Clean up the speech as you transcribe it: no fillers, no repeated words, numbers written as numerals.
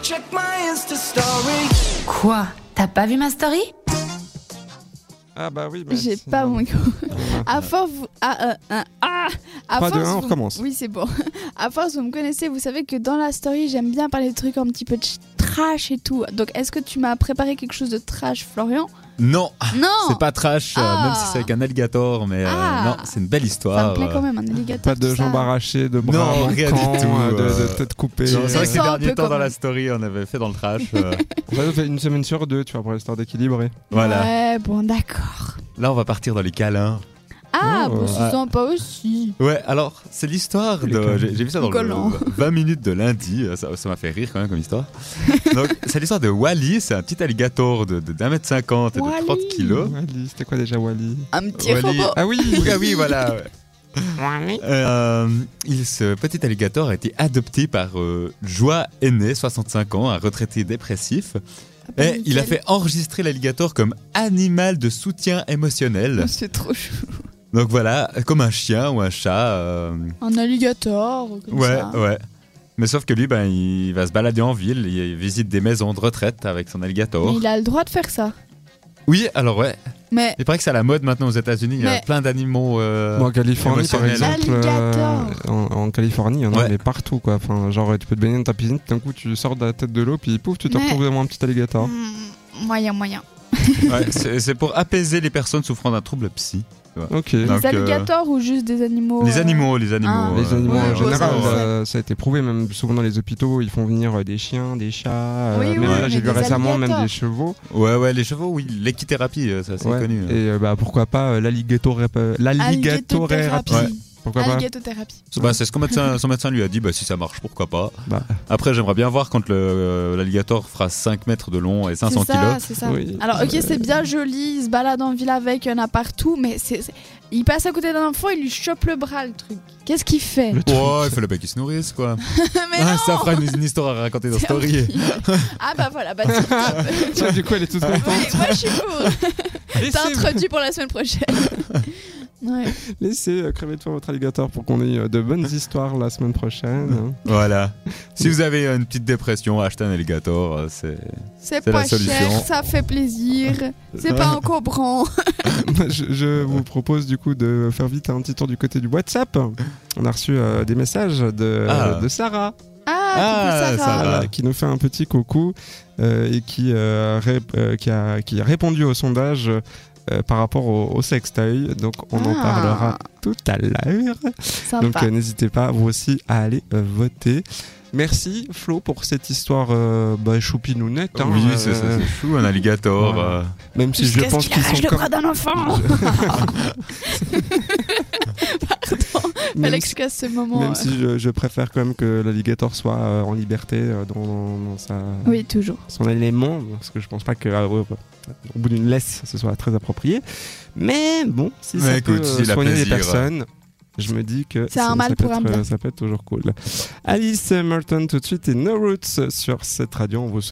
Quoi? T'as pas vu ma story? Ah bah oui. J'ai pas mon micro. À force, vous... à 3, 2, 1, on vous- recommence. Oui, c'est bon. À force, vous me connaissez, vous savez que dans la story, j'aime bien parler de trucs un petit peu trash et tout. Donc, est-ce que tu m'as préparé quelque chose de trash, Florian? Non, Non. c'est pas trash, Ah. même si c'est avec un alligator, mais non, c'est une belle Ça histoire. me plaît quand même, un alligator. Pas de tout jambes ça. arrachées, de bras Non, rien manquants, du tout, de tête coupée. Non, c'est vrai que ces sens un derniers peu temps comme- dans la story, on avait fait dans le trash. On va faire une semaine sur 2, tu vois, pour l'histoire d'équilibrer. Voilà. Ouais, bon, d'accord. Là, on va partir dans les câlins. Ah, Oh. bon, c'est sympa aussi. Ouais, alors, c'est l'histoire Les de. câlins. J'ai vu ça dans Collant. le 20 minutes de lundi. Ça m'a fait rire quand même comme histoire. Donc, c'est l'histoire de Wally. C'est un petit alligator de 1m50 et de 30 Wally. kilos. Wally, c'était quoi déjà Wally? Un petit Wally. robot. Ah oui. Oui, voilà. Ouais. Ce petit alligator a été adopté par Joie Aîné, 65 ans, un retraité dépressif. Ah, bah, Et il a nickel. fait enregistrer l'alligator comme animal de soutien émotionnel. Oh, c'est trop chou. Donc voilà, comme un chien ou un chat. Un alligator, comme Ouais, ça. ouais. Mais sauf que lui, ben, il va se balader en ville, il visite des maisons de retraite avec son alligator. Mais il a le droit de faire ça. Oui, alors ouais. Mais Il paraît que c'est à la mode maintenant aux États-Unis. Il y a Mais- plein d'animaux. Bon, en Californie, par émotionnel. exemple, L'alligator. en Californie, il y en a Ouais. mais partout, quoi. Enfin, genre, tu peux te baigner dans ta piscine, tout d'un coup, tu sors de la tête de l'eau, puis pouf, tu te Mais- retrouves devant un petit alligator. moyen. Ouais, c'est pour apaiser les personnes souffrant d'un trouble psy. Ok. Donc, Les alligators ou juste des animaux Les animaux, les Ah. animaux. Les animaux ouais, en ouais, général, ouais. ça a été prouvé, même souvent dans les hôpitaux, ils font venir des chiens, des chats, Oui, même oui, là j'ai mais vu des récemment même alligators. des chevaux. Ouais, les chevaux, oui. L'équithérapie, ça c'est Ouais. connu. Et bah pourquoi pas l'alligatothérapie. Alligatothérapie. Pourquoi pas Alligatothérapie. Bah, c'est ce que son médecin lui a dit, bah, si ça marche, pourquoi pas. Bah, Après, j'aimerais bien voir quand l'alligator fera 5 mètres de long et 500 C'est kilos. ça, c'est ça. oui. Alors ok, c'est bien joli, il se balade en ville avec, il y en a partout, mais il passe à côté d'un enfant, il lui chope le bras, le truc. Qu'est-ce qu'il fait? Le truc. Oh, il fallait pas qu'ils se nourrissent, quoi. Mais Ah, non. ça fera une histoire à raconter dans C'est Story. horrible. Ah bah voilà, bah tip top. Tiens, du coup, elle est toute contente. Oui, moi je suis pour. T'as introduit pour la semaine prochaine. Ouais. Laissez crever de faim votre alligator pour qu'on ait de bonnes histoires la semaine prochaine. Voilà. Si vous avez une petite dépression, achetez un alligator. C'est C'est la pas solution. cher, ça fait plaisir. C'est pas encombrant. Moi, je vous propose du coup de faire vite un petit tour du côté du WhatsApp. On a reçu des messages de Sarah. Ah, coucou Sarah. Voilà, qui nous fait un petit coucou et qui a répondu au sondage par rapport au sextoy. Donc on en parlera tout à l'heure. Sympa. Donc n'hésitez pas vous aussi à aller voter. Merci Flo pour cette histoire choupinounette. Hein, Oui, c'est chou, un alligator. Voilà. Même si je pense qu'ils sont le comme... bras d'un enfant. Pardon, Même Alex casse ce moment. Même si je préfère quand même que l'alligator soit en liberté dans Oui, toujours. son élément, parce que je pense pas que au bout d'une laisse ce soit très approprié. Mais bon, si ça écoute, peut s'il a soigner les plaisir. personnes, je me dis que C'est un mal peut pour un bien. ça peut être toujours cool. Alice Merton tout de suite et No Roots sur cette radio. On vous